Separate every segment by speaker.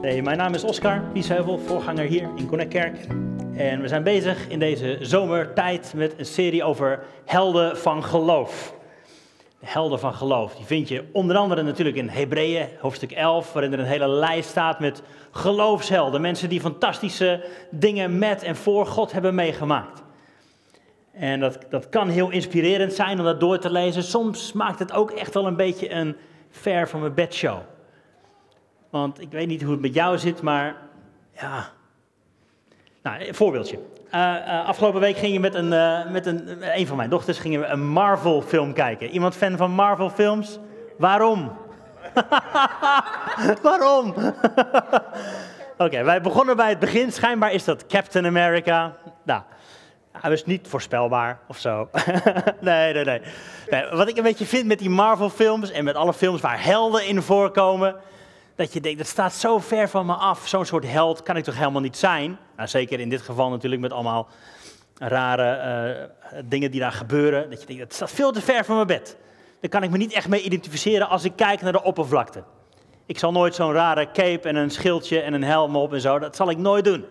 Speaker 1: Hey, mijn naam is Oscar Biesheuvel, voorganger hier in Connect Kerk. En we zijn bezig in deze zomertijd met een serie over helden van geloof. De helden van geloof, die vind je onder andere natuurlijk in Hebreeën, hoofdstuk 11, waarin er een hele lijst staat met geloofshelden. Mensen die fantastische dingen met en voor God hebben meegemaakt. En dat kan heel inspirerend zijn om dat door te lezen. Soms maakt het ook echt wel een beetje een ver van mijn bedshow. Want ik weet niet hoe het met jou zit, maar ja. Nou, een voorbeeldje. Afgelopen week ging je met een van mijn dochters gingen we een Marvel film kijken. Iemand fan van Marvel films? Waarom? Waarom? Oké, wij begonnen bij het begin. Schijnbaar is dat Captain America. Nou, hij was niet voorspelbaar of zo. Nee. Wat ik een beetje vind met die Marvel films en met alle films waar helden in voorkomen, dat je denkt, dat staat zo ver van me af. Zo'n soort held kan ik toch helemaal niet zijn? Nou, zeker in dit geval natuurlijk met allemaal rare dingen die daar gebeuren. Dat je denkt, dat staat veel te ver van mijn bed. Daar kan ik me niet echt mee identificeren als ik kijk naar de oppervlakte. Ik zal nooit zo'n rare cape en een schildje en een helm op en zo. Dat zal ik nooit doen.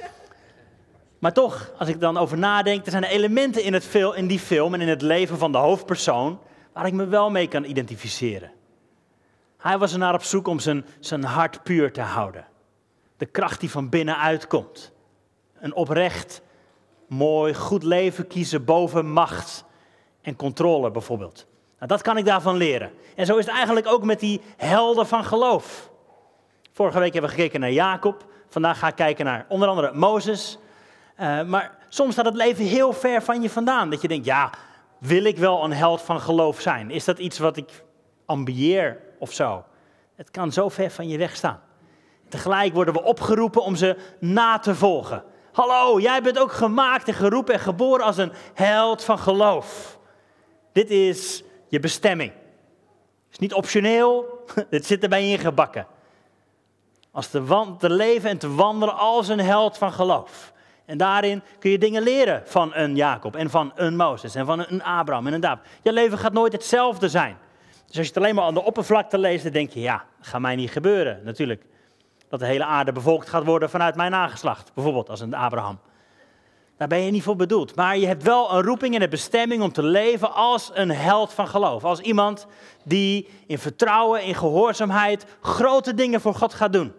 Speaker 1: Maar toch, als ik dan over nadenk, er zijn elementen in die film en in het leven van de hoofdpersoon waar ik me wel mee kan identificeren. Hij was er naar op zoek om zijn hart puur te houden. De kracht die van binnenuit komt. Een oprecht, mooi, goed leven kiezen boven macht en controle bijvoorbeeld. Nou, dat kan ik daarvan leren. En zo is het eigenlijk ook met die helden van geloof. Vorige week hebben we gekeken naar Jacob. Vandaag ga ik kijken naar onder andere Mozes. Maar soms staat het leven heel ver van je vandaan. Dat je denkt, ja, wil ik wel een held van geloof zijn? Is dat iets wat ik ambieer of zo? Het kan zo ver van je weg staan. Tegelijk worden we opgeroepen om ze na te volgen. Hallo, jij bent ook gemaakt en geroepen en geboren als een held van geloof. Dit is je bestemming. Het is niet optioneel, dit zit erbij ingebakken. Als te leven en te wandelen als een held van geloof. En daarin kun je dingen leren van een Jacob en van een Mozes en van een Abraham en een David. Je leven gaat nooit hetzelfde zijn. Dus als je het alleen maar aan de oppervlakte leest, dan denk je, ja, dat gaat mij niet gebeuren natuurlijk. Dat de hele aarde bevolkt gaat worden vanuit mijn nageslacht, bijvoorbeeld als een Abraham. Daar ben je niet voor bedoeld. Maar je hebt wel een roeping en een bestemming om te leven als een held van geloof. Als iemand die in vertrouwen, in gehoorzaamheid, grote dingen voor God gaat doen.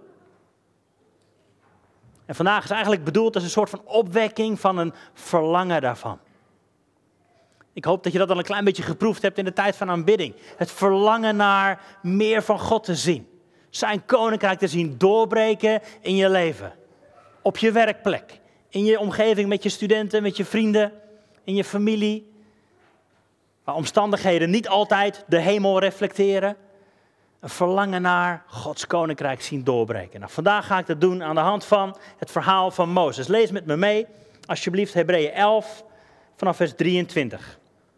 Speaker 1: En vandaag is eigenlijk bedoeld als een soort van opwekking van een verlangen daarvan. Ik hoop dat je dat al een klein beetje geproefd hebt in de tijd van aanbidding. Het verlangen naar meer van God te zien. Zijn koninkrijk te zien doorbreken in je leven. Op je werkplek. In je omgeving met je studenten, met je vrienden. In je familie. Waar omstandigheden niet altijd de hemel reflecteren. Een verlangen naar Gods koninkrijk zien doorbreken. Nou, vandaag ga ik dat doen aan de hand van het verhaal van Mozes. Lees met me mee, alsjeblieft, Hebreeën 11, vanaf vers 23.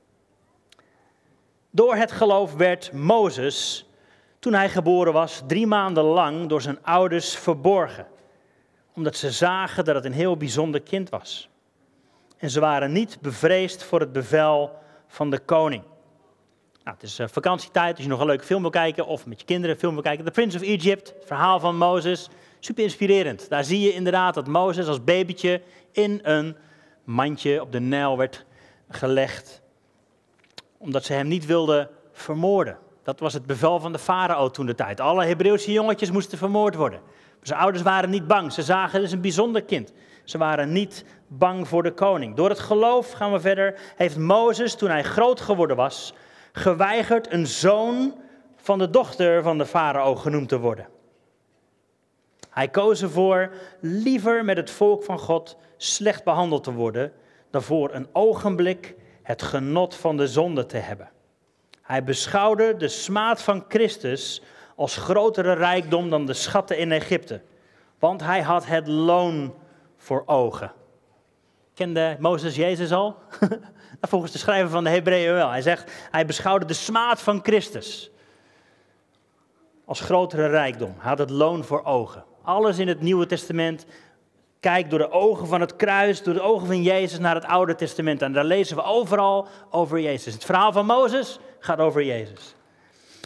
Speaker 1: Door het geloof werd Mozes, toen hij geboren was, 3 maanden lang door zijn ouders verborgen. Omdat ze zagen dat het een heel bijzonder kind was. En ze waren niet bevreesd voor het bevel van de koning. Nou, het is vakantietijd, als je nog een leuke film wil kijken of met je kinderen een film wil kijken. The Prince of Egypt, het verhaal van Mozes, super inspirerend. Daar zie je inderdaad dat Mozes als babytje in een mandje op de Nijl werd gelegd. Omdat ze hem niet wilden vermoorden. Dat was het bevel van de farao toen de tijd. Alle Hebreeuwse jongetjes moesten vermoord worden. Maar zijn ouders waren niet bang. Ze zagen, het is een bijzonder kind. Ze waren niet bang voor de koning. Door het geloof, gaan we verder, heeft Mozes, toen hij groot geworden was, geweigerd een zoon van de dochter van de farao genoemd te worden. Hij koos ervoor liever met het volk van God slecht behandeld te worden, dan voor een ogenblik het genot van de zonde te hebben. Hij beschouwde de smaad van Christus als grotere rijkdom dan de schatten in Egypte. Want hij had het loon voor ogen. Kende Mozes Jezus al? Volgens de schrijver van de Hebreeën wel. Hij zegt, hij beschouwde de smaad van Christus als grotere rijkdom. Hij had het loon voor ogen. Alles in het Nieuwe Testament kijkt door de ogen van het kruis, door de ogen van Jezus naar het Oude Testament. En daar lezen we overal over Jezus. Het verhaal van Mozes gaat over Jezus.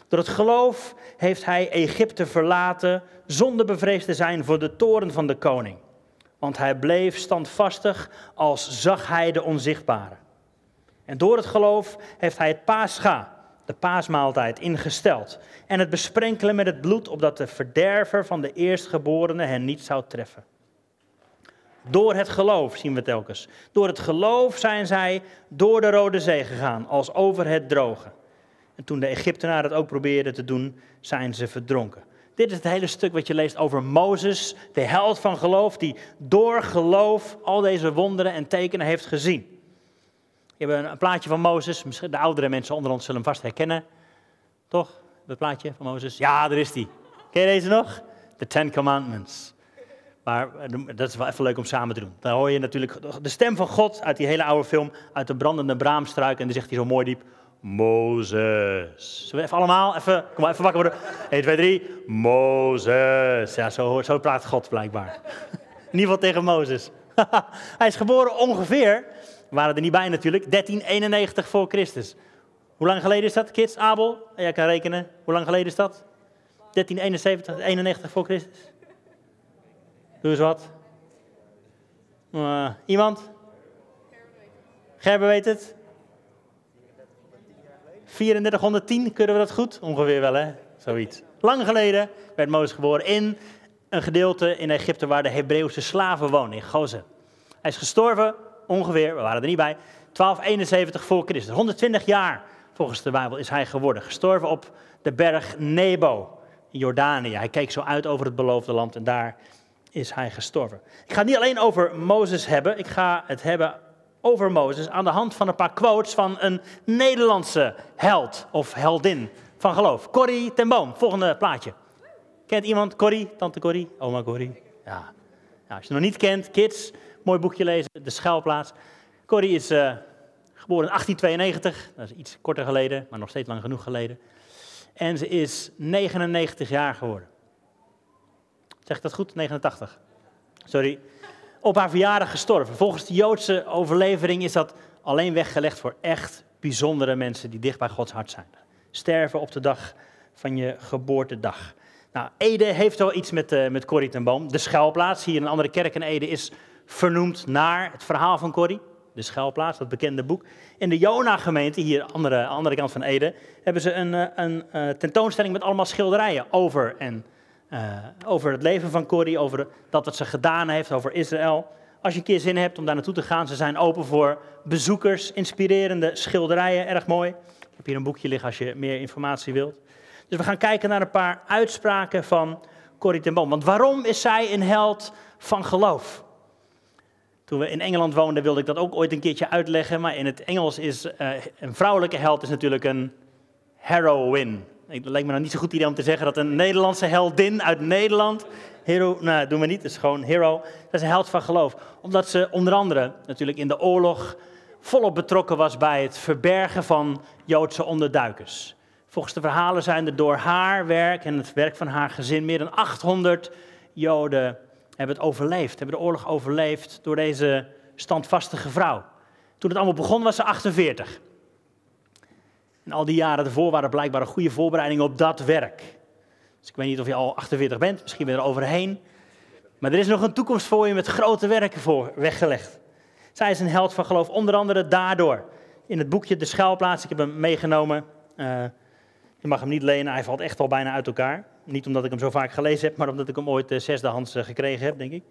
Speaker 1: Door het geloof heeft hij Egypte verlaten zonder bevreesd te zijn voor de toorn van de koning. Want hij bleef standvastig als zag hij de onzichtbare. En door het geloof heeft hij het Pascha, de paasmaaltijd, ingesteld. En het besprenkelen met het bloed, opdat de verderver van de eerstgeborene hen niet zou treffen. Door het geloof, zien we telkens. Door het geloof zijn zij door de Rode Zee gegaan, als over het droge. En toen de Egyptenaren het ook probeerden te doen, zijn ze verdronken. Dit is het hele stuk wat je leest over Mozes, de held van geloof, die door geloof al deze wonderen en tekenen heeft gezien. Je hebt een plaatje van Mozes, de oudere mensen onder ons zullen hem vast herkennen. Toch? Het plaatje van Mozes? Ja, daar is die. Ken je deze nog? The Ten Commandments. Maar dat is wel even leuk om samen te doen. Dan hoor je natuurlijk de stem van God uit die hele oude film, uit de brandende braamstruik. En dan zegt hij zo mooi diep, Mozes. Zullen we even allemaal, kom maar, even wakker worden. 1, 2, 3, Mozes. Ja, zo praat God blijkbaar. In ieder geval tegen Mozes. Hij is geboren ongeveer, we waren er niet bij natuurlijk, 1391 voor Christus. Hoe lang geleden is dat, kids? Abel? Jij kan rekenen. Hoe lang geleden is dat? 1391 voor Christus. Doe eens wat. Iemand? Gerber weet het. 3410, kunnen we dat goed? Ongeveer wel, hè? Zoiets. Lang geleden werd Mozes geboren in een gedeelte in Egypte waar de Hebreeuwse slaven wonen, in Gozen. Hij is gestorven, ongeveer, we waren er niet bij, 1271 voor Christus. 120 jaar volgens de Bijbel is hij geworden. Gestorven op de berg Nebo in Jordanië. Hij keek zo uit over het beloofde land en daar is hij gestorven. Ik ga het niet alleen over Mozes hebben, ik ga het hebben over Mozes aan de hand van een paar quotes van een Nederlandse held of heldin van geloof. Corrie ten Boom, volgende plaatje. Kent iemand Corrie, tante Corrie, oma Corrie? Ja. Nou, als je het nog niet kent, kids, mooi boekje lezen, De Schuilplaats. Corrie is geboren in 1892, dat is iets korter geleden, maar nog steeds lang genoeg geleden. En ze is 99 jaar geworden. Zeg ik dat goed? 89. Sorry. Op haar verjaardag gestorven. Volgens de Joodse overlevering is dat alleen weggelegd voor echt bijzondere mensen die dicht bij Gods hart zijn. Sterven op de dag van je geboortedag. Nou, Ede heeft wel iets met Corrie ten Boom. De Schuilplaats, hier in een andere kerk in Ede, is vernoemd naar het verhaal van Corrie. De Schuilplaats, dat bekende boek. In de Jona-gemeente, hier aan de andere kant van Ede, hebben ze een tentoonstelling met allemaal schilderijen over het leven van Corrie, over dat wat ze gedaan heeft, over Israël. Als je een keer zin hebt om daar naartoe te gaan, ze zijn open voor bezoekers, inspirerende schilderijen, erg mooi. Ik heb hier een boekje liggen als je meer informatie wilt. Dus we gaan kijken naar een paar uitspraken van Corrie ten Boom. Want waarom is zij een held van geloof? Toen we in Engeland woonden wilde ik dat ook ooit een keertje uitleggen, maar in het Engels is een vrouwelijke held is natuurlijk een heroine. Het lijkt me nou niet zo goed idee om te zeggen dat een Nederlandse heldin uit Nederland, doen we niet, het is gewoon hero, dat is een held van geloof. Omdat ze onder andere natuurlijk in de oorlog volop betrokken was bij het verbergen van Joodse onderduikers. Volgens de verhalen zijn er door haar werk en het werk van haar gezin meer dan 800 Joden hebben het overleefd, hebben de oorlog overleefd door deze standvastige vrouw. Toen het allemaal begon was ze 48. En al die jaren ervoor waren blijkbaar een goede voorbereidingen op dat werk. Dus ik weet niet of je al 48 bent, misschien ben je er overheen. Maar er is nog een toekomst voor je met grote werken voor weggelegd. Zij is een held van geloof, onder andere daardoor. In het boekje De Schuilplaats, ik heb hem meegenomen. Je mag hem niet lenen, hij valt echt al bijna uit elkaar. Niet omdat ik hem zo vaak gelezen heb, maar omdat ik hem ooit zesdehands gekregen heb, denk ik.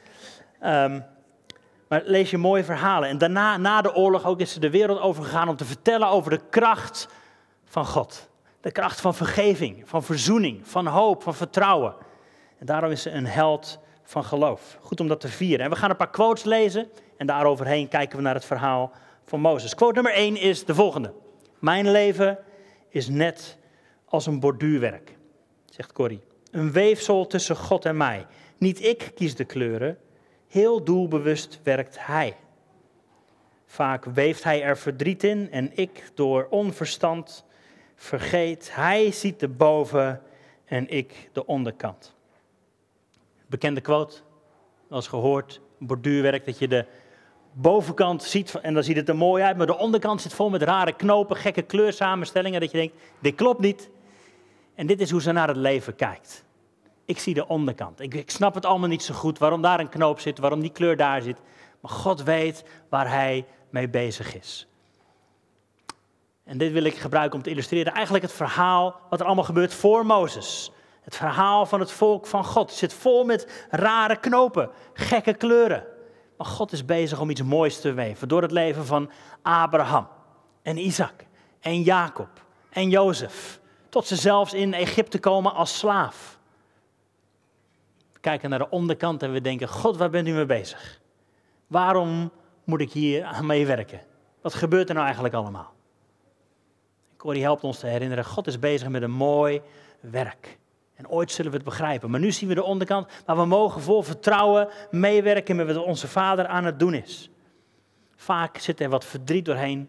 Speaker 1: Maar lees je mooie verhalen. En daarna, na de oorlog ook, is ze de wereld overgegaan om te vertellen over de kracht van God. De kracht van vergeving, van verzoening, van hoop, van vertrouwen. En daarom is ze een held van geloof. Goed om dat te vieren. En we gaan een paar quotes lezen en daaroverheen kijken we naar het verhaal van Mozes. Quote nummer 1 is de volgende. Mijn leven is net als een borduurwerk, zegt Corrie. Een weefsel tussen God en mij. Niet ik kies de kleuren, heel doelbewust werkt hij. Vaak weeft hij er verdriet in en ik door onverstand vergeet. Hij ziet de boven en ik de onderkant. Bekende quote, wel eens gehoord, borduurwerk, dat je de bovenkant ziet en dan ziet het er mooi uit, maar de onderkant zit vol met rare knopen, gekke kleursamenstellingen, dat je denkt, dit klopt niet. En dit is hoe ze naar het leven kijkt. Ik zie de onderkant. Ik snap het allemaal niet zo goed, waarom daar een knoop zit, waarom die kleur daar zit. Maar God weet waar hij mee bezig is. En dit wil ik gebruiken om te illustreren. Eigenlijk het verhaal wat er allemaal gebeurt voor Mozes. Het verhaal van het volk van God. Het zit vol met rare knopen, gekke kleuren. Maar God is bezig om iets moois te weven. Door het leven van Abraham en Isaac en Jacob en Jozef. Tot ze zelfs in Egypte komen als slaaf. We kijken naar de onderkant en we denken, God, waar bent u mee bezig? Waarom moet ik hier aan meewerken? Wat gebeurt er nou eigenlijk allemaal? Corrie helpt ons te herinneren, God is bezig met een mooi werk. En ooit zullen we het begrijpen. Maar nu zien we de onderkant, maar we mogen vol vertrouwen meewerken met wat onze Vader aan het doen is. Vaak zit er wat verdriet doorheen.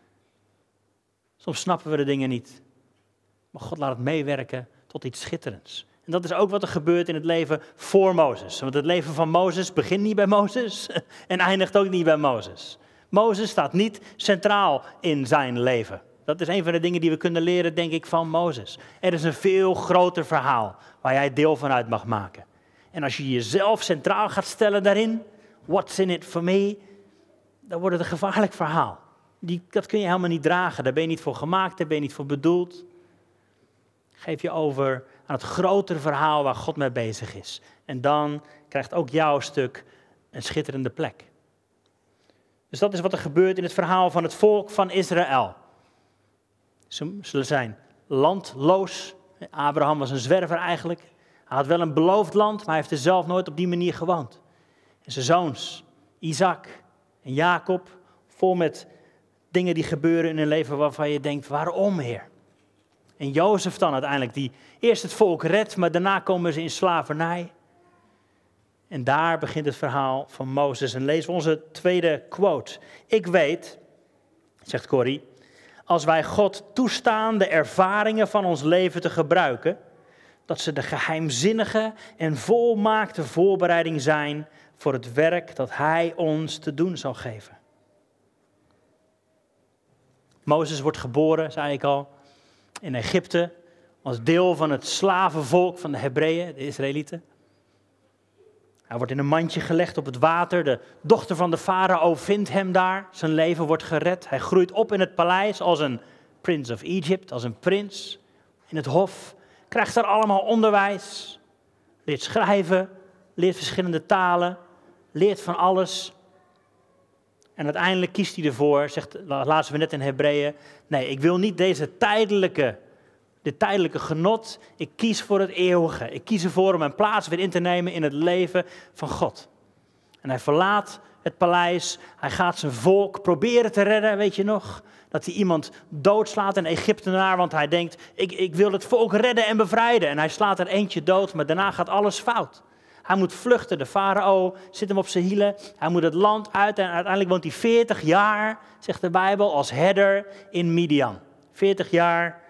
Speaker 1: Soms snappen we de dingen niet. Maar God laat het meewerken tot iets schitterends. En dat is ook wat er gebeurt in het leven voor Mozes. Want het leven van Mozes begint niet bij Mozes en eindigt ook niet bij Mozes. Mozes staat niet centraal in zijn leven. Dat is een van de dingen die we kunnen leren, denk ik, van Mozes. Er is een veel groter verhaal waar jij deel van uit mag maken. En als je jezelf centraal gaat stellen daarin, what's in it for me, dan wordt het een gevaarlijk verhaal. Dat kun je helemaal niet dragen, daar ben je niet voor gemaakt, daar ben je niet voor bedoeld. Geef je over aan het grotere verhaal waar God mee bezig is. En dan krijgt ook jouw stuk een schitterende plek. Dus dat is wat er gebeurt in het verhaal van het volk van Israël. Ze zullen zijn landloos. Abraham was een zwerver eigenlijk. Hij had wel een beloofd land, maar hij heeft er zelf nooit op die manier gewoond. En zijn zoons, Isaac en Jacob, vol met dingen die gebeuren in hun leven waarvan je denkt, waarom, Heer? En Jozef dan uiteindelijk, die eerst het volk redt, maar daarna komen ze in slavernij. En daar begint het verhaal van Mozes. En lezen we onze tweede quote. Ik weet, zegt Corrie, als wij God toestaan de ervaringen van ons leven te gebruiken, dat ze de geheimzinnige en volmaakte voorbereiding zijn voor het werk dat Hij ons te doen zal geven. Mozes wordt geboren, zei ik al, in Egypte, als deel van het slavenvolk van de Hebreeën, de Israëlieten. Hij wordt in een mandje gelegd op het water. De dochter van de farao vindt hem daar. Zijn leven wordt gered. Hij groeit op in het paleis als een Prince of Egypt, als een prins. In het hof. Krijgt daar allemaal onderwijs. Leert schrijven. Leert verschillende talen. Leert van alles. En uiteindelijk kiest hij ervoor, lazen we net in Hebreeën. Nee, ik wil niet dit tijdelijke genot. Ik kies voor het eeuwige. Ik kies ervoor om mijn plaats weer in te nemen in het leven van God. En hij verlaat het paleis. Hij gaat zijn volk proberen te redden, weet je nog? Dat hij iemand doodslaat, een Egyptenaar, want hij denkt, ik wil het volk redden en bevrijden. En hij slaat er eentje dood, maar daarna gaat alles fout. Hij moet vluchten, de farao zit hem op zijn hielen. Hij moet het land uit en uiteindelijk woont hij 40 jaar, zegt de Bijbel, als herder in Midian. 40 jaar,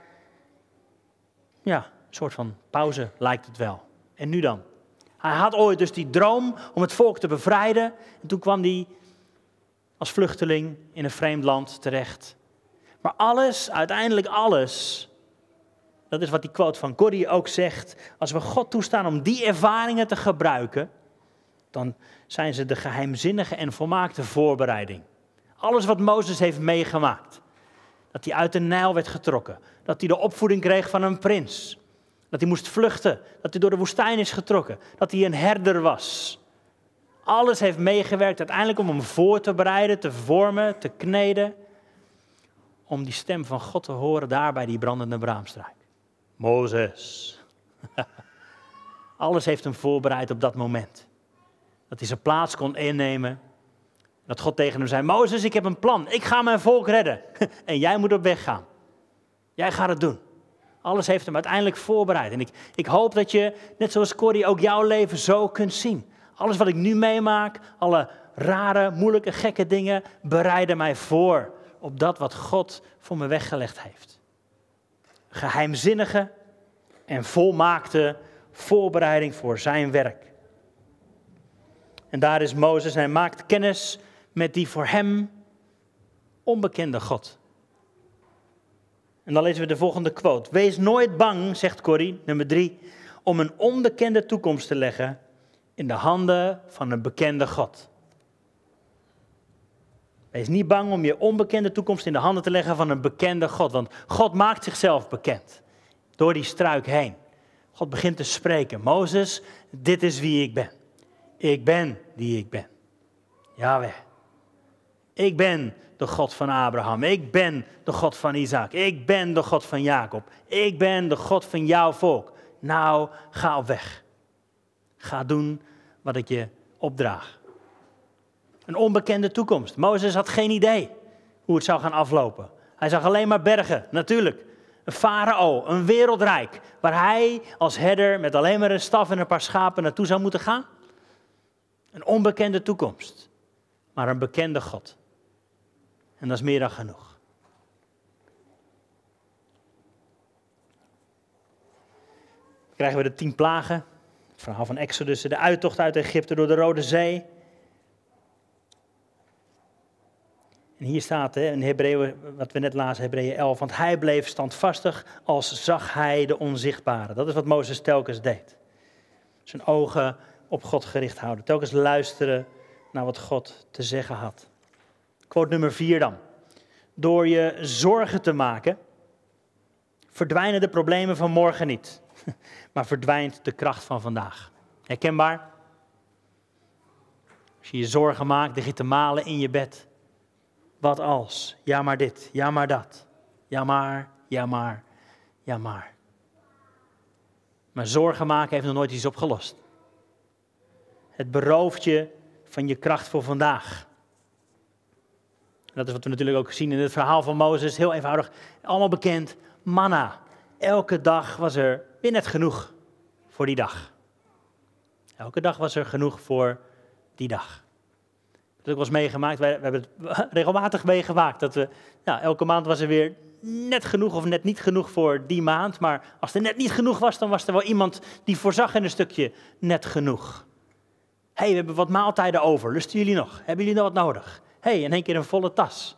Speaker 1: ja, een soort van pauze lijkt het wel. En nu dan? Hij had ooit dus die droom om het volk te bevrijden. En toen kwam hij als vluchteling in een vreemd land terecht. Maar alles, uiteindelijk alles, dat is wat die quote van Corrie ook zegt. Als we God toestaan om die ervaringen te gebruiken, dan zijn ze de geheimzinnige en volmaakte voorbereiding. Alles wat Mozes heeft meegemaakt. Dat hij uit de Nijl werd getrokken. Dat hij de opvoeding kreeg van een prins. Dat hij moest vluchten. Dat hij door de woestijn is getrokken. Dat hij een herder was. Alles heeft meegewerkt uiteindelijk om hem voor te bereiden, te vormen, te kneden. Om die stem van God te horen daar bij die brandende braamstruik. Mozes. Alles heeft hem voorbereid op dat moment. Dat hij zijn plaats kon innemen. Dat God tegen hem zei, Mozes, ik heb een plan. Ik ga mijn volk redden. En jij moet op weg gaan. Jij gaat het doen. Alles heeft hem uiteindelijk voorbereid. En ik hoop dat je, net zoals Corrie, ook jouw leven zo kunt zien. Alles wat ik nu meemaak, alle rare, moeilijke, gekke dingen, bereiden mij voor op dat wat God voor me weggelegd heeft. Geheimzinnige en volmaakte voorbereiding voor zijn werk. En daar is Mozes en hij maakt kennis met die voor hem onbekende God. En dan lezen we de volgende quote. Wees nooit bang, zegt Corrie, nummer 3, om een onbekende toekomst te leggen in de handen van een bekende God. Wees niet bang om je onbekende toekomst in de handen te leggen van een bekende God. Want God maakt zichzelf bekend door die struik heen. God begint te spreken. Mozes, dit is wie ik ben. Ik ben die ik ben. Yahweh. Ik ben de God van Abraham. Ik ben de God van Isaac. Ik ben de God van Jacob. Ik ben de God van jouw volk. Nou, ga op weg. Ga doen wat ik je opdraag. Een onbekende toekomst. Mozes had geen idee hoe het zou gaan aflopen. Hij zag alleen maar bergen, natuurlijk. Een farao, een wereldrijk, waar hij als herder met alleen maar een staf en een paar schapen naartoe zou moeten gaan. Een onbekende toekomst, maar een bekende God. En dat is meer dan genoeg. Dan krijgen we de 10 plagen, het verhaal van Exodus, de uittocht uit Egypte door de Rode Zee. En hier staat in Hebreeën, wat we net lazen, Hebreeën 11, want hij bleef standvastig als zag hij de onzichtbare. Dat is wat Mozes telkens deed. Zijn ogen op God gericht houden, telkens luisteren naar wat God te zeggen had. Quote nummer 4 dan. Door je zorgen te maken, verdwijnen de problemen van morgen niet, maar verdwijnt de kracht van vandaag. Herkenbaar? Als je je zorgen maakt, lig je te malen in je bed. Wat als? Ja maar dit, ja maar dat. Ja maar, ja maar, ja maar. Maar zorgen maken heeft nog nooit iets opgelost. Het berooft je van je kracht voor vandaag. Dat is wat we natuurlijk ook zien in het verhaal van Mozes. Heel eenvoudig, allemaal bekend. Manna. Elke dag was er weer net genoeg voor die dag. Elke dag was er genoeg voor die dag. Dat heb ik wel eens meegemaakt. We hebben het regelmatig meegemaakt. Dat elke maand was er weer net genoeg of net niet genoeg voor die maand. Maar als er net niet genoeg was, dan was er wel iemand die voorzag in een stukje net genoeg. Hé, we hebben wat maaltijden over. Lusten jullie nog? Hebben jullie nog wat nodig? Hé, in één keer een volle tas.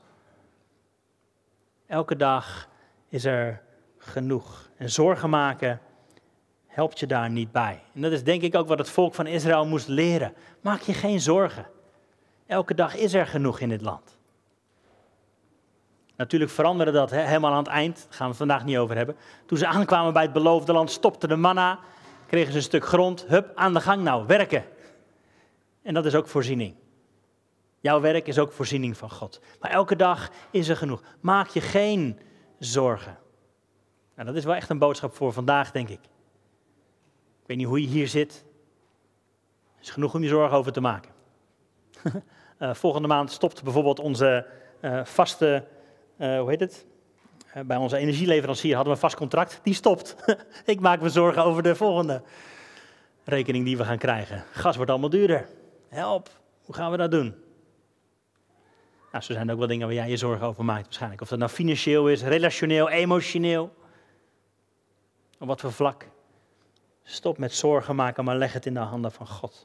Speaker 1: Elke dag is er genoeg. En zorgen maken helpt je daar niet bij. En dat is denk ik ook wat het volk van Israël moest leren. Maak je geen zorgen. Elke dag is er genoeg in dit land. Natuurlijk veranderde dat helemaal aan het eind. Daar gaan we het vandaag niet over hebben. Toen ze aankwamen bij het beloofde land, stopte de manna. Kregen ze een stuk grond. Hup, aan de gang nou, werken. En dat is ook voorziening. Jouw werk is ook voorziening van God. Maar elke dag is er genoeg. Maak je geen zorgen. Nou, dat is wel echt een boodschap voor vandaag, denk ik. Ik weet niet hoe je hier zit. Er is genoeg om je zorgen over te maken. Volgende maand stopt bijvoorbeeld onze vaste, bij onze energieleverancier hadden we een vast contract. Die stopt. Ik maak me zorgen over de volgende rekening die we gaan krijgen. Gas wordt allemaal duurder. Help, hoe gaan we dat doen? Nou, zo zijn er ook wel dingen waar jij je zorgen over maakt waarschijnlijk. Of dat nou financieel is, relationeel, emotioneel. Op wat voor vlak. Stop met zorgen maken, maar leg het in de handen van God.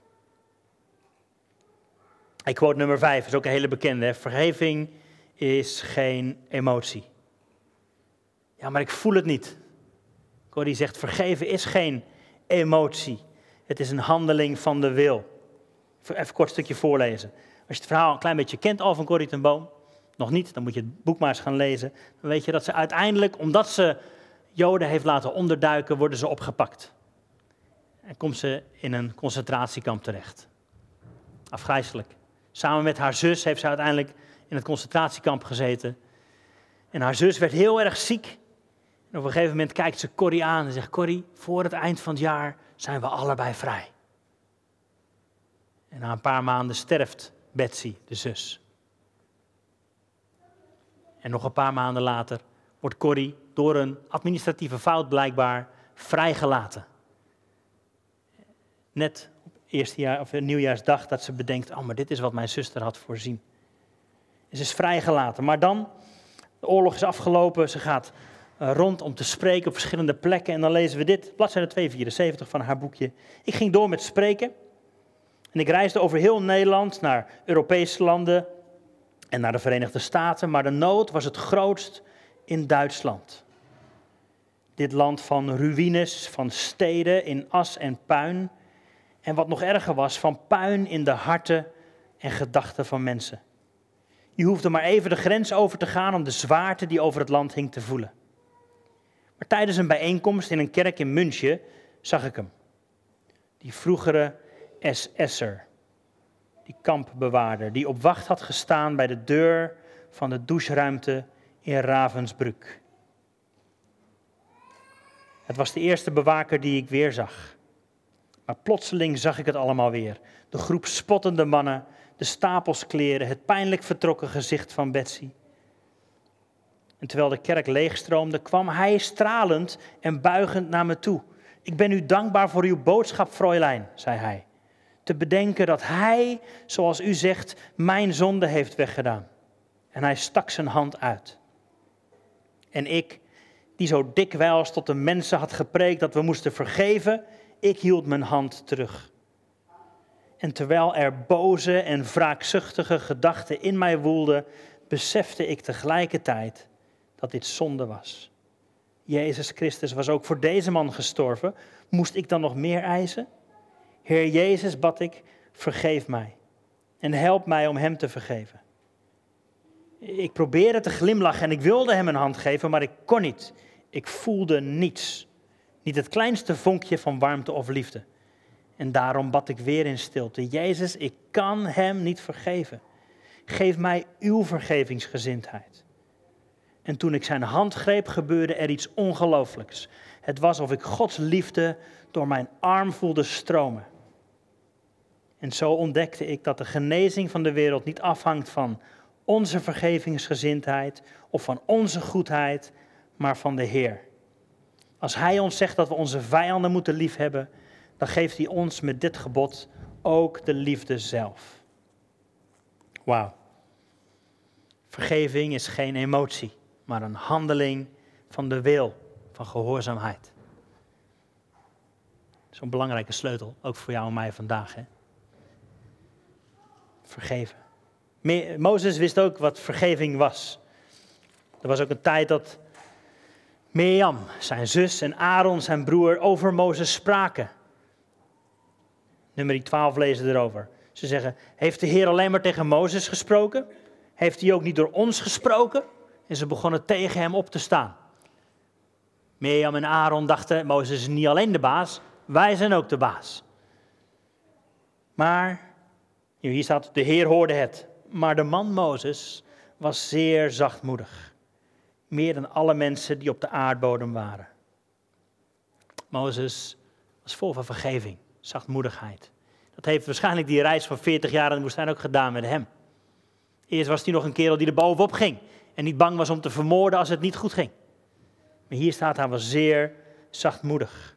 Speaker 1: Ik quote nummer 5, is ook een hele bekende. Hè? Vergeving is geen emotie. Ja, maar ik voel het niet. Corrie zegt, vergeven is geen emotie. Het is een handeling van de wil. Even een kort stukje voorlezen. Als je het verhaal een klein beetje kent al van Corrie ten Boom, nog niet, dan moet je het boek maar eens gaan lezen. Dan weet je dat ze uiteindelijk, omdat ze Joden heeft laten onderduiken, worden ze opgepakt. En komt ze in een concentratiekamp terecht. Afgrijselijk. Samen met haar zus heeft ze uiteindelijk in het concentratiekamp gezeten. En haar zus werd heel erg ziek. En op een gegeven moment kijkt ze Corrie aan en zegt, Corrie, voor het eind van het jaar zijn we allebei vrij. En na een paar maanden sterft Betsy, de zus. En nog een paar maanden later wordt Corrie door een administratieve fout blijkbaar vrijgelaten. Net op nieuwjaarsdag dat ze bedenkt, maar dit is wat mijn zuster had voorzien. En ze is vrijgelaten, maar dan, de oorlog is afgelopen, ze gaat rond om te spreken op verschillende plekken. En dan lezen we dit, bladzijde 274 van haar boekje. Ik ging door met spreken en ik reisde over heel Nederland naar Europese landen en naar de Verenigde Staten. Maar de nood was het grootst in Duitsland. Dit land van ruïnes, van steden in as en puin. En wat nog erger was, van puin in de harten en gedachten van mensen. Je hoefde maar even de grens over te gaan om de zwaarte die over het land hing te voelen. Maar tijdens een bijeenkomst in een kerk in München zag ik hem. Die vroegere SS'er, die kampbewaarder, die op wacht had gestaan bij de deur van de doucheruimte in Ravensbrück. Het was de eerste bewaker die ik weer zag. Maar plotseling zag ik het allemaal weer. De groep spottende mannen, de stapels kleren, het pijnlijk vertrokken gezicht van Betsy. En terwijl de kerk leegstroomde, kwam hij stralend en buigend naar me toe. Ik ben u dankbaar voor uw boodschap, Fräulein, zei hij. Te bedenken dat hij, zoals u zegt, mijn zonde heeft weggedaan. En hij stak zijn hand uit. En ik, die zo dikwijls tot de mensen had gepreekt dat we moesten vergeven, ik hield mijn hand terug. En terwijl er boze en wraakzuchtige gedachten in mij woelden, besefte ik tegelijkertijd dat dit zonde was. Jezus Christus was ook voor deze man gestorven. Moest ik dan nog meer eisen? Heer Jezus, bad ik, vergeef mij. En help mij om hem te vergeven. Ik probeerde te glimlachen en ik wilde hem een hand geven, maar ik kon niet. Ik voelde niets. Niet het kleinste vonkje van warmte of liefde. En daarom bad ik weer in stilte. Jezus, ik kan hem niet vergeven. Geef mij uw vergevingsgezindheid. En toen ik zijn hand greep, gebeurde er iets ongelooflijks. Het was of ik Gods liefde door mijn arm voelde stromen. En zo ontdekte ik dat de genezing van de wereld niet afhangt van onze vergevingsgezindheid of van onze goedheid, maar van de Heer. Als Hij ons zegt dat we onze vijanden moeten liefhebben, dan geeft Hij ons met dit gebod ook de liefde zelf. Wauw. Vergeving is geen emotie, maar een handeling van de wil, van gehoorzaamheid. Zo'n belangrijke sleutel, ook voor jou en mij vandaag. Hè? Vergeven. Mozes wist ook wat vergeving was. Er was ook een tijd dat Mirjam, zijn zus, en Aaron, zijn broer, over Mozes spraken. Nummer 12 lezen erover. Ze zeggen, heeft de Heer alleen maar tegen Mozes gesproken? Heeft hij ook niet door ons gesproken? En ze begonnen tegen hem op te staan. Mirjam en Aaron dachten, Mozes is niet alleen de baas, wij zijn ook de baas. Maar, hier staat, de Heer hoorde het. Maar de man Mozes was zeer zachtmoedig. Meer dan alle mensen die op de aardbodem waren. Mozes was vol van vergeving, zachtmoedigheid. Dat heeft waarschijnlijk die reis van 40 jaar in de woestijn ook gedaan met hem. Eerst was hij nog een kerel die er bovenop ging en niet bang was om te vermoorden als het niet goed ging. Maar hier staat, hij was zeer zachtmoedig.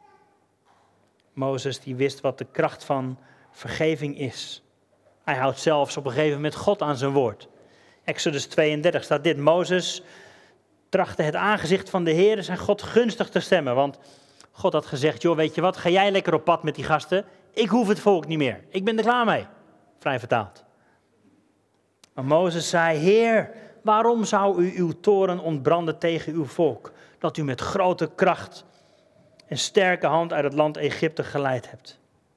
Speaker 1: Mozes die wist wat de kracht van vergeving is. Hij houdt zelfs op een gegeven moment God aan zijn woord. Exodus 32 staat dit, Mozes trachtte het aangezicht van de Heer zijn God gunstig te stemmen. Want God had gezegd, joh, weet je wat, ga jij lekker op pad met die gasten. Ik hoef het volk niet meer. Ik ben er klaar mee. Vrij vertaald. Maar Mozes zei, Heer, waarom zou u uw toorn ontbranden tegen uw volk? Dat u met grote kracht en sterke hand uit het land Egypte geleid hebt.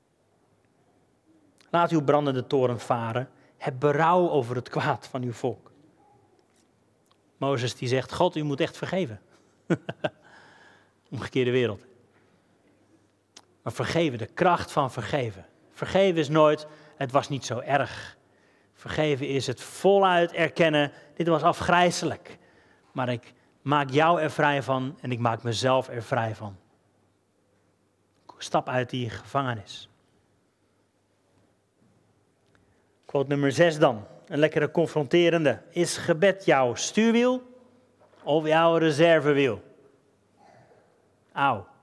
Speaker 1: Laat uw brandende toorn varen. Heb berouw over het kwaad van uw volk. Mozes die zegt, God, u moet echt vergeven. Omgekeerde wereld. Maar vergeven, de kracht van vergeven. Vergeven is nooit, het was niet zo erg. Vergeven is het voluit erkennen, dit was afgrijselijk. Maar ik maak jou er vrij van en ik maak mezelf er vrij van. Stap uit die gevangenis. Quote nummer 6 dan. Een lekkere confronterende. Is gebed jouw stuurwiel of jouw reservewiel? Auw.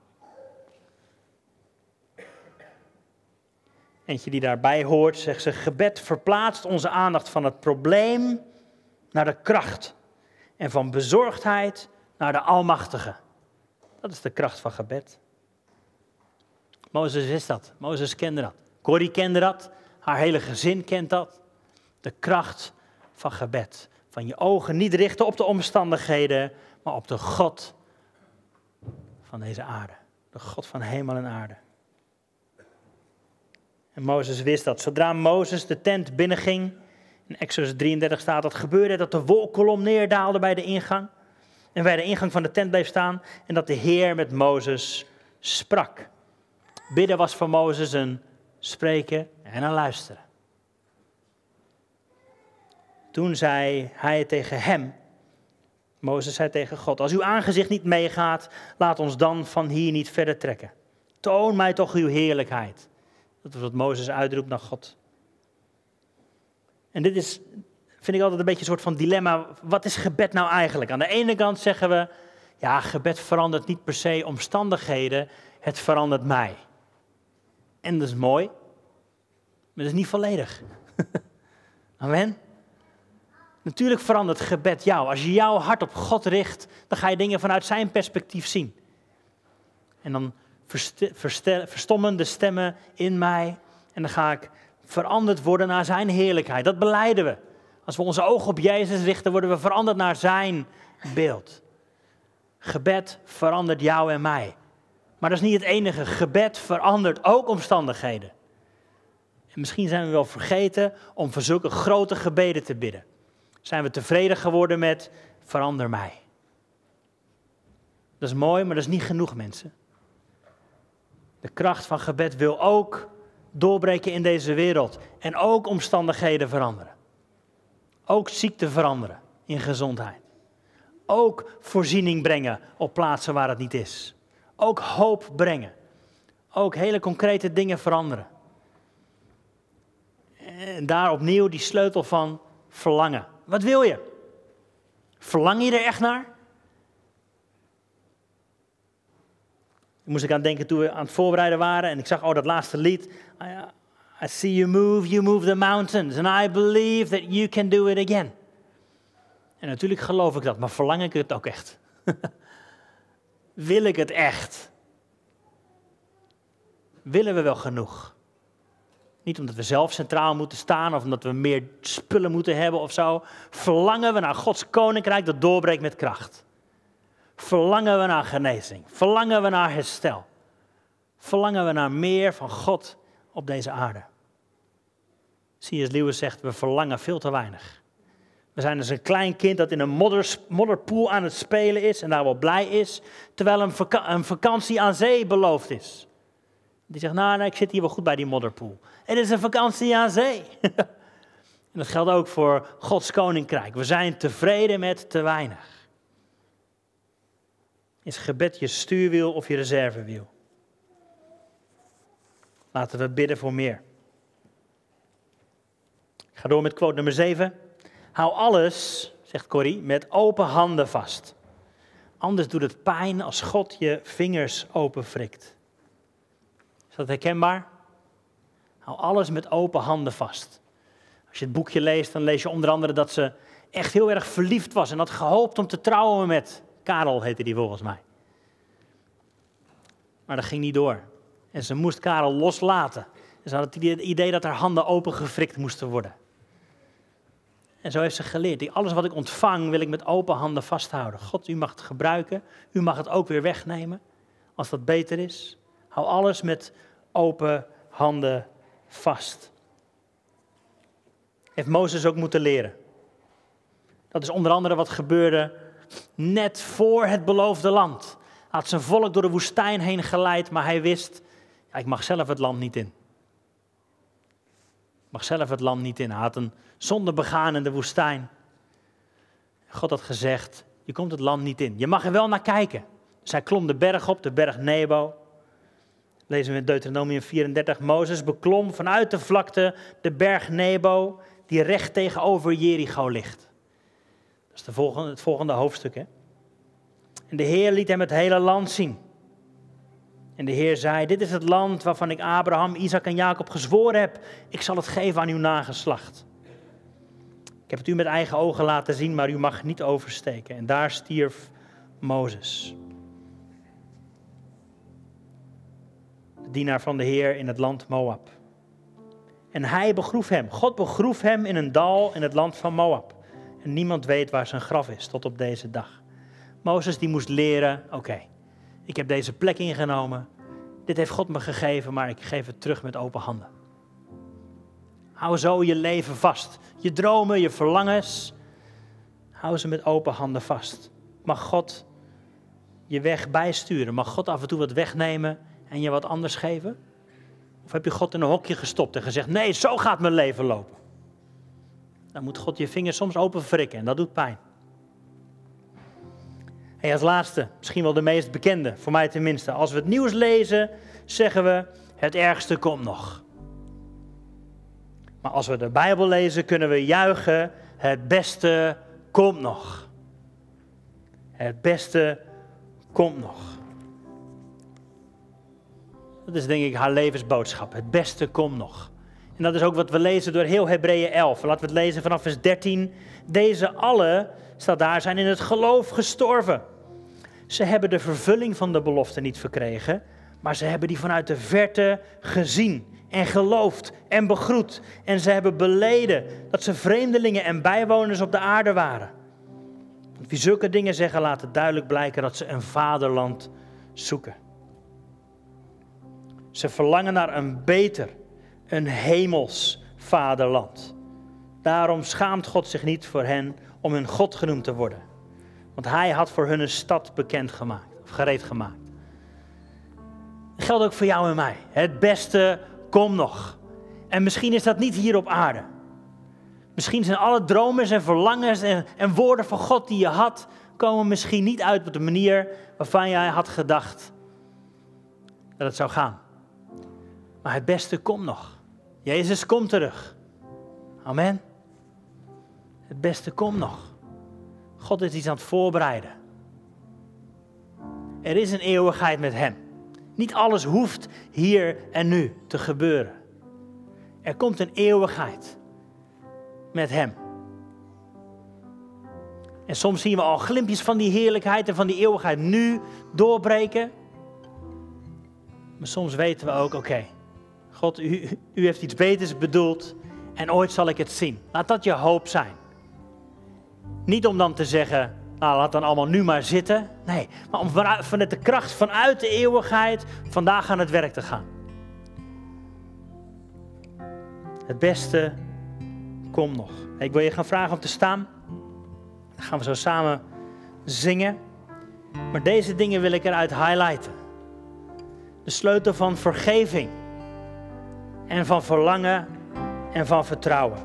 Speaker 1: Eentje die daarbij hoort, zegt ze, gebed verplaatst onze aandacht van het probleem naar de kracht. En van bezorgdheid naar de Almachtige. Dat is de kracht van gebed. Mozes wist dat. Mozes kende dat. Corrie kende dat. Haar hele gezin kent dat. De kracht van gebed. Van je ogen niet richten op de omstandigheden, maar op de God van deze aarde. De God van hemel en aarde. En Mozes wist dat. Zodra Mozes de tent binnenging, in Exodus 33 staat dat, gebeurde dat de wolkkolom neerdaalde bij de ingang. En bij de ingang van de tent bleef staan en dat de Heer met Mozes sprak. Bidden was voor Mozes een spreken en een luisteren. Toen zei hij tegen hem, Mozes zei tegen God, als uw aangezicht niet meegaat, laat ons dan van hier niet verder trekken. Toon mij toch uw heerlijkheid. Dat is wat Mozes uitroept naar God. En dit is, vind ik altijd een beetje een soort van dilemma. Wat is gebed nou eigenlijk? Aan de ene kant zeggen we, ja, gebed verandert niet per se omstandigheden, het verandert mij. En dat is mooi, maar dat is niet volledig. Amen. Natuurlijk verandert gebed jou. Als je jouw hart op God richt, dan ga je dingen vanuit zijn perspectief zien. En dan verstommen de stemmen in mij en dan ga ik veranderd worden naar zijn heerlijkheid. Dat belijden we. Als we onze ogen op Jezus richten, worden we veranderd naar zijn beeld. Gebed verandert jou en mij. Maar dat is niet het enige. Gebed verandert ook omstandigheden. En misschien zijn we wel vergeten om voor zulke grote gebeden te bidden. Zijn we tevreden geworden met verander mij. Dat is mooi, maar dat is niet genoeg, mensen. De kracht van gebed wil ook doorbreken in deze wereld. En ook omstandigheden veranderen. Ook ziekte veranderen in gezondheid. Ook voorziening brengen op plaatsen waar het niet is. Ook hoop brengen. Ook hele concrete dingen veranderen. En daar opnieuw die sleutel van verlangen. Wat wil je? Verlang je er echt naar? Daar moest ik aan denken toen we aan het voorbereiden waren. En ik zag, dat laatste lied. I see you move the mountains. And I believe that you can do it again. En natuurlijk geloof ik dat, maar verlang ik het ook echt? Wil ik het echt? Willen we wel genoeg? Niet omdat we zelf centraal moeten staan of omdat we meer spullen moeten hebben of zo. Verlangen we naar Gods koninkrijk dat doorbreekt met kracht. Verlangen we naar genezing. Verlangen we naar herstel. Verlangen we naar meer van God op deze aarde. C.S. Lewis zegt, we verlangen veel te weinig. We zijn dus een klein kind dat in een modderpoel aan het spelen is en daar wel blij is, terwijl een vakantie aan zee beloofd is. Die zegt, nou, ik zit hier wel goed bij die modderpoel. Het is een vakantie aan zee. En dat geldt ook voor Gods koninkrijk. We zijn tevreden met te weinig. Is gebed je stuurwiel of je reservewiel? Laten we bidden voor meer. Ik ga door met quote nummer 7. Hou alles, zegt Corrie, met open handen vast. Anders doet het pijn als God je vingers openwrikt. Is dat herkenbaar? Hou alles met open handen vast. Als je het boekje leest, dan lees je onder andere dat ze echt heel erg verliefd was en had gehoopt om te trouwen met Karel, heette die volgens mij. Maar dat ging niet door. En ze moest Karel loslaten. En ze had het idee dat haar handen opengewrikt moesten worden. En zo heeft ze geleerd. Alles wat ik ontvang wil ik met open handen vasthouden. God, u mag het gebruiken. U mag het ook weer wegnemen. Als dat beter is. Hou alles met open handen vast. Heeft Mozes ook moeten leren. Dat is onder andere wat gebeurde net voor het beloofde land. Hij had zijn volk door de woestijn heen geleid, maar hij wist, ik mag zelf het land niet in. Ik mag zelf het land niet in. Hij had een zonde begaan in de woestijn. God had gezegd, je komt het land niet in. Je mag er wel naar kijken. Dus hij klom de berg op, de berg Nebo. Lezen we in Deuteronomium 34. Mozes beklom vanuit de vlakte de berg Nebo, die recht tegenover Jericho ligt. Dat is het volgende hoofdstuk, hè. En de Heer liet hem het hele land zien. En de Heer zei, dit is het land waarvan ik Abraham, Isaac en Jacob gezworen heb. Ik zal het geven aan uw nageslacht. Ik heb het u met eigen ogen laten zien, maar u mag niet oversteken. En daar stierf Mozes. De dienaar van de Heer in het land Moab. En hij begroef hem. God begroef hem in een dal in het land van Moab. En niemand weet waar zijn graf is tot op deze dag. Mozes die moest leren, oké, Ik heb deze plek ingenomen. Dit heeft God me gegeven, maar ik geef het terug met open handen. Hou zo je leven vast. Je dromen, je verlangens. Hou ze met open handen vast. Mag God je weg bijsturen? Mag God af en toe wat wegnemen en je wat anders geven? Of heb je God in een hokje gestopt en gezegd, nee, zo gaat mijn leven lopen? Dan moet God je vingers soms open frikken en dat doet pijn. En als laatste, misschien wel de meest bekende, voor mij tenminste. Als we het nieuws lezen, zeggen we, het ergste komt nog. Maar als we de Bijbel lezen, kunnen we juichen, het beste komt nog. Het beste komt nog. Dat is denk ik haar levensboodschap. Het beste komt nog. En dat is ook wat we lezen door heel Hebreeën 11. Laten we het lezen vanaf vers 13. Deze allen, staat daar, zijn in het geloof gestorven. Ze hebben de vervulling van de belofte niet verkregen, maar ze hebben die vanuit de verte gezien en geloofd en begroet. En ze hebben beleden dat ze vreemdelingen en bijwoners op de aarde waren. Want wie zulke dingen zeggen, laat het duidelijk blijken dat ze een vaderland zoeken. Ze verlangen naar een beter, een hemels vaderland. Daarom schaamt God zich niet voor hen om hun God genoemd te worden. Want hij had voor hun een stad bekendgemaakt, of gereed gemaakt. Dat geldt ook voor jou en mij. Het beste komt nog. En misschien is dat niet hier op aarde. Misschien zijn alle dromen en verlangens en woorden van God die je had, komen misschien niet uit op de manier waarvan jij had gedacht dat het zou gaan. Maar het beste komt nog. Jezus komt terug. Amen. Het beste komt nog. God is iets aan het voorbereiden. Er is een eeuwigheid met hem. Niet alles hoeft hier en nu te gebeuren. Er komt een eeuwigheid met hem. En soms zien we al glimpjes van die heerlijkheid en van die eeuwigheid nu doorbreken. Maar soms weten we ook, oké, God, u heeft iets beters bedoeld en ooit zal ik het zien. Laat dat je hoop zijn. Niet om dan te zeggen, nou laat dan allemaal nu maar zitten. Nee, maar om vanuit de kracht vanuit de eeuwigheid vandaag aan het werk te gaan. Het beste komt nog. Ik wil je gaan vragen om te staan. Dan gaan we zo samen zingen. Maar deze dingen wil ik eruit highlighten. De sleutel van vergeving. En van verlangen en van vertrouwen.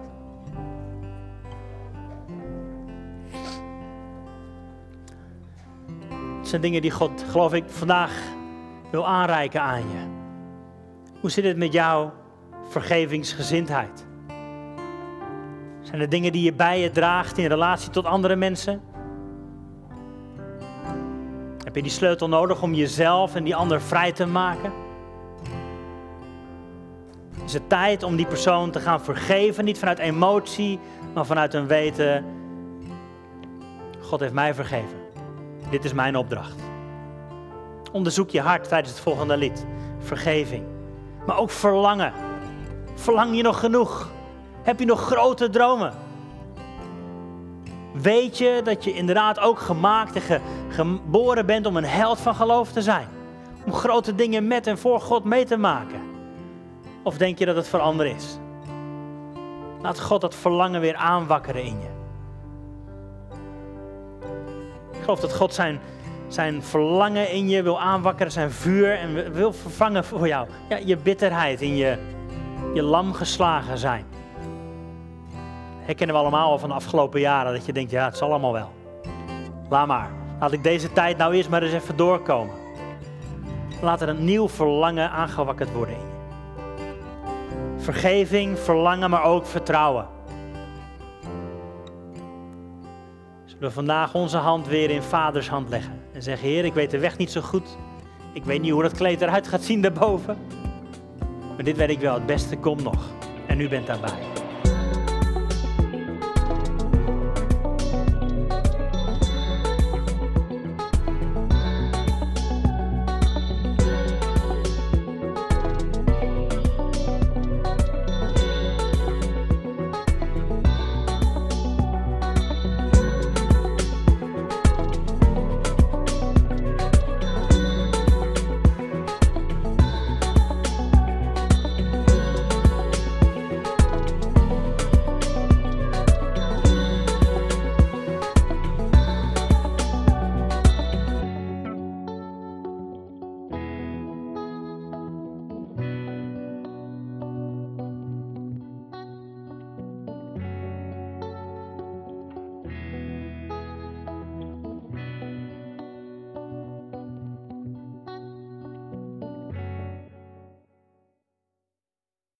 Speaker 1: Het zijn dingen die God, geloof ik, vandaag wil aanreiken aan je. Hoe zit het met jouw vergevingsgezindheid? Zijn er dingen die je bij je draagt in relatie tot andere mensen? Heb je die sleutel nodig om jezelf en die ander vrij te maken? Is het tijd om die persoon te gaan vergeven, niet vanuit emotie, maar vanuit een weten, God heeft mij vergeven. Dit is mijn opdracht. Onderzoek je hart tijdens het volgende lied. Vergeving. Maar ook verlangen. Verlang je nog genoeg? Heb je nog grote dromen? Weet je dat je inderdaad ook gemaakt en geboren bent om een held van geloof te zijn? Om grote dingen met en voor God mee te maken? Of denk je dat het voor anderen is? Laat God dat verlangen weer aanwakkeren in je. Ik geloof dat God zijn verlangen in je wil aanwakkeren, zijn vuur en wil vervangen voor jou. Ja, je bitterheid in je lam geslagen zijn. Herkennen we allemaal al van de afgelopen jaren dat je denkt, ja, het zal allemaal wel. Laat maar. Laat ik deze tijd nou eerst maar eens even doorkomen. Laat er een nieuw verlangen aangewakkerd worden in je. Vergeving, verlangen, maar ook vertrouwen. Zullen we vandaag onze hand weer in Vaders hand leggen. En zeggen, Heer, ik weet de weg niet zo goed. Ik weet niet hoe dat kleed eruit gaat zien daarboven. Maar dit weet ik wel, het beste komt nog. En u bent daarbij.